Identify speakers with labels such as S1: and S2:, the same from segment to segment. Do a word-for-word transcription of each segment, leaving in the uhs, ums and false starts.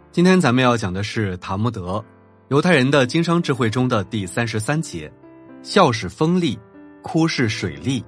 S1: 今天咱们要讲的是塔木德，犹太人的经商智慧中的第三十三节，笑是风力，哭是水力。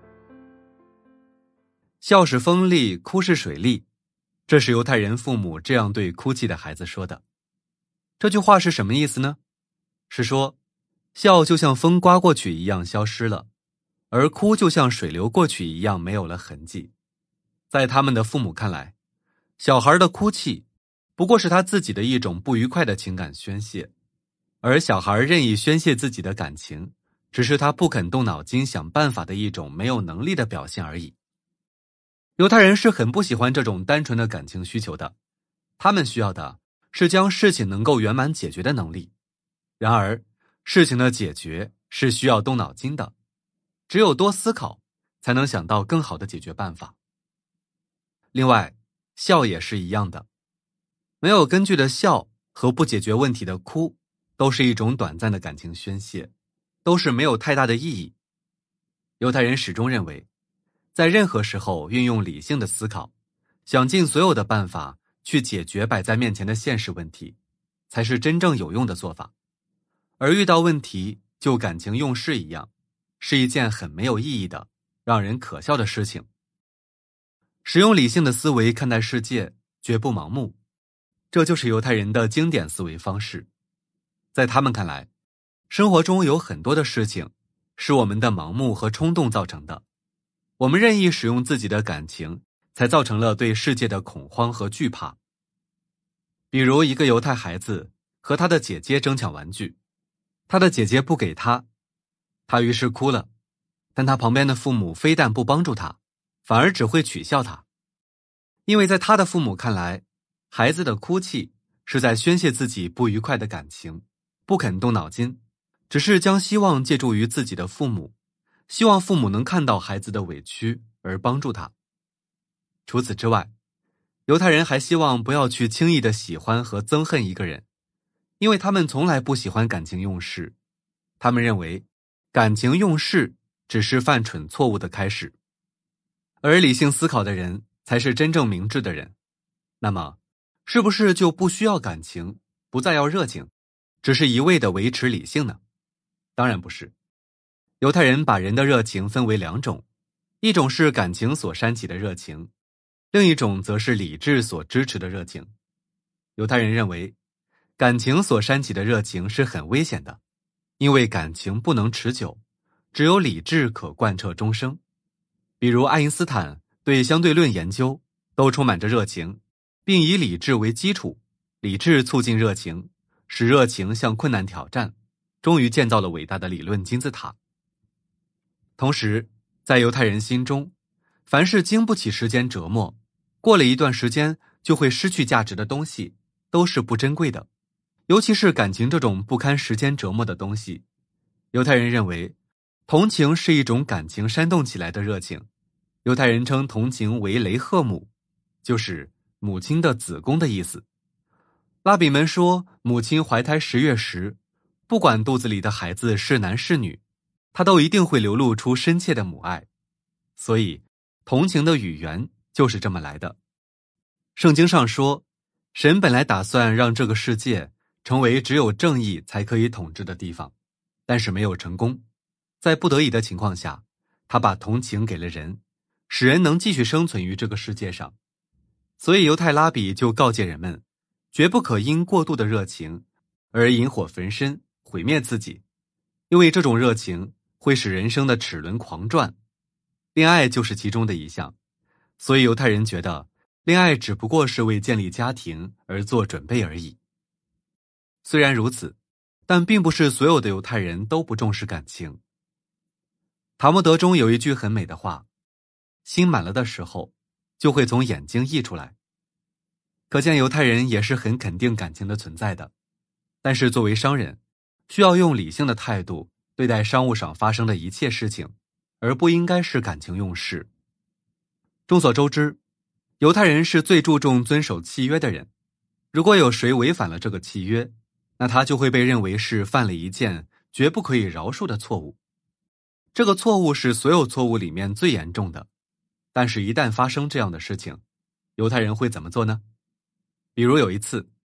S1: 笑是风力，哭是水力，这是犹太人父母这样对哭泣的孩子说的。这句话是什么意思呢？是说，笑就像风刮过去一样消失了，而哭就像水流过去一样没有了痕迹。在他们的父母看来，小孩的哭泣不过是他自己的一种不愉快的情感宣泄，而小孩任意宣泄自己的感情，只是他不肯动脑筋想办法的一种没有能力的表现而已。犹太人是很不喜欢这种单纯的感情需求的，他们需要的是将事情能够圆满解决的能力。然而，事情的解决是需要动脑筋的，只有多思考，才能想到更好的解决办法。另外，笑也是一样的，没有根据的笑和不解决问题的哭，都是一种短暂的感情宣泄，都是没有太大的意义。犹太人始终认为，在任何时候运用理性的思考，想尽所有的办法去解决摆在面前的现实问题，才是真正有用的做法。而遇到问题就感情用事一样，是一件很没有意义的、让人可笑的事情。使用理性的思维看待世界，绝不盲目，这就是犹太人的经典思维方式。在他们看来，生活中有很多的事情是我们的盲目和冲动造成的，我们任意使用自己的感情，才造成了对世界的恐慌和惧怕。比如一个犹太孩子和他的姐姐争抢玩具，他的姐姐不给他，他于是哭了，但他旁边的父母非但不帮助他，反而只会取笑他。因为在他的父母看来，孩子的哭泣是在宣泄自己不愉快的感情，不肯动脑筋，只是将希望借助于自己的父母，希望父母能看到孩子的委屈而帮助他。除此之外，犹太人还希望不要去轻易的喜欢和憎恨一个人，因为他们从来不喜欢感情用事。他们认为，感情用事只是犯蠢错误的开始，而理性思考的人才是真正明智的人。那么，是不是就不需要感情，不再要热情，只是一味的维持理性呢？当然不是。犹太人把人的热情分为两种，一种是感情所煽起的热情，另一种则是理智所支持的热情。犹太人认为，感情所煽起的热情是很危险的，因为感情不能持久，只有理智可贯彻终生。比如爱因斯坦对相对论研究都充满着热情，并以理智为基础，理智促进热情，使热情向困难挑战，终于建造了伟大的理论金字塔。同时，在犹太人心中，凡是经不起时间折磨，过了一段时间就会失去价值的东西，都是不珍贵的。尤其是感情这种不堪时间折磨的东西，犹太人认为，同情是一种感情煽动起来的热情。犹太人称同情为雷赫姆，就是母亲的子宫的意思。拉比们说，母亲怀胎十月时，不管肚子里的孩子是男是女，她都一定会流露出深切的母爱。所以，同情的语言就是这么来的。圣经上说，神本来打算让这个世界成为只有正义才可以统治的地方，但是没有成功。在不得已的情况下，他把同情给了人，使人能继续生存于这个世界上。所以犹太拉比就告诫人们，绝不可因过度的热情而引火焚身，毁灭自己，因为这种热情会使人生的齿轮狂转。恋爱就是其中的一项，所以犹太人觉得恋爱只不过是为建立家庭而做准备而已。虽然如此，但并不是所有的犹太人都不重视感情。塔木德中有一句很美的话，心满了的时候，就会从眼睛溢出来。可见犹太人也是很肯定感情的存在的，但是作为商人，需要用理性的态度对待商务上发生的一切事情，而不应该是感情用事。众所周知，犹太人是最注重遵守契约的人，如果有谁违反了这个契约，那他就会被认为是犯了一件绝不可以饶恕的错误。这个错误是所有错误里面最严重的，但是一旦发生这样的事情，犹太人会怎么做呢？比如有一次，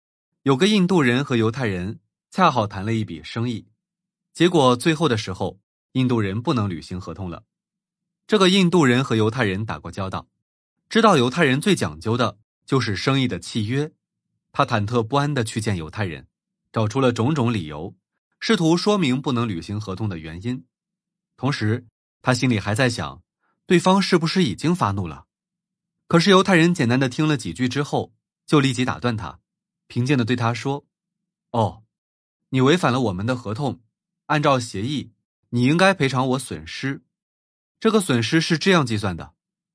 S1: 有个印度人和犹太人恰好谈了一笔生意，结果最后的时候，印度人不能履行合同了。这个印度人和犹太人打过交道，知道犹太人最讲究的就是生意的契约。他忐忑不安地去见犹太人，找出了种种理由，试图说明不能履行合同的原因。同时，他心里还在想，对方是不是已经发怒了？可是犹太人简单的听了几句之后，就立即打断他，平静地对他说：哦，你违反了我们的合同，按照协议，你应该赔偿我损失。这个损失是这样计算的。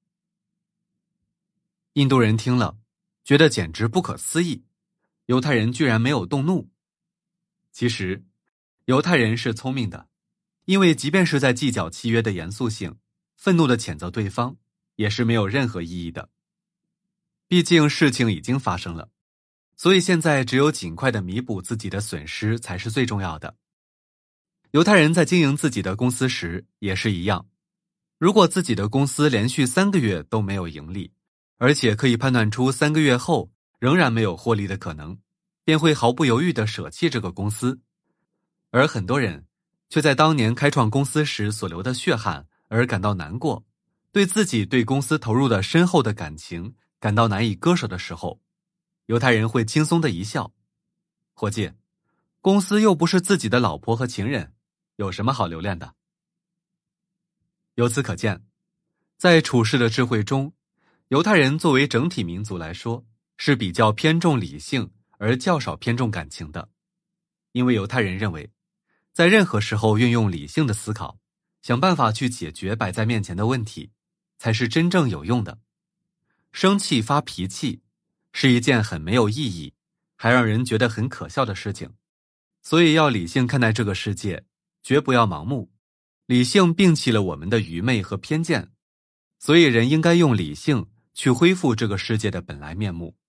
S1: 印度人听了，觉得简直不可思议，犹太人居然没有动怒。其实，犹太人是聪明的，因为即便是在计较契约的严肃性，愤怒地谴责对方，也是没有任何意义的。毕竟事情已经发生了，所以现在只有尽快地弥补自己的损失才是最重要的。犹太人在经营自己的公司时也是一样，如果自己的公司连续三个月都没有盈利，而且可以判断出三个月后仍然没有获利的可能，便会毫不犹豫地舍弃这个公司。而很多人却在当年开创公司时所流的血汗而感到难过，对自己对公司投入的深厚的感情感到难以割舍的时候，犹太人会轻松地一笑：伙计，公司又不是自己的老婆和情人，有什么好留恋的？由此可见，在处事的智慧中，犹太人作为整体民族来说，是比较偏重理性而较少偏重感情的。因为犹太人认为，在任何时候运用理性的思考，想办法去解决摆在面前的问题，才是真正有用的。生气发脾气是一件很没有意义，还让人觉得很可笑的事情。所以要理性看待这个世界，绝不要盲目。理性摒弃了我们的愚昧和偏见，所以人应该用理性去恢复这个世界的本来面目。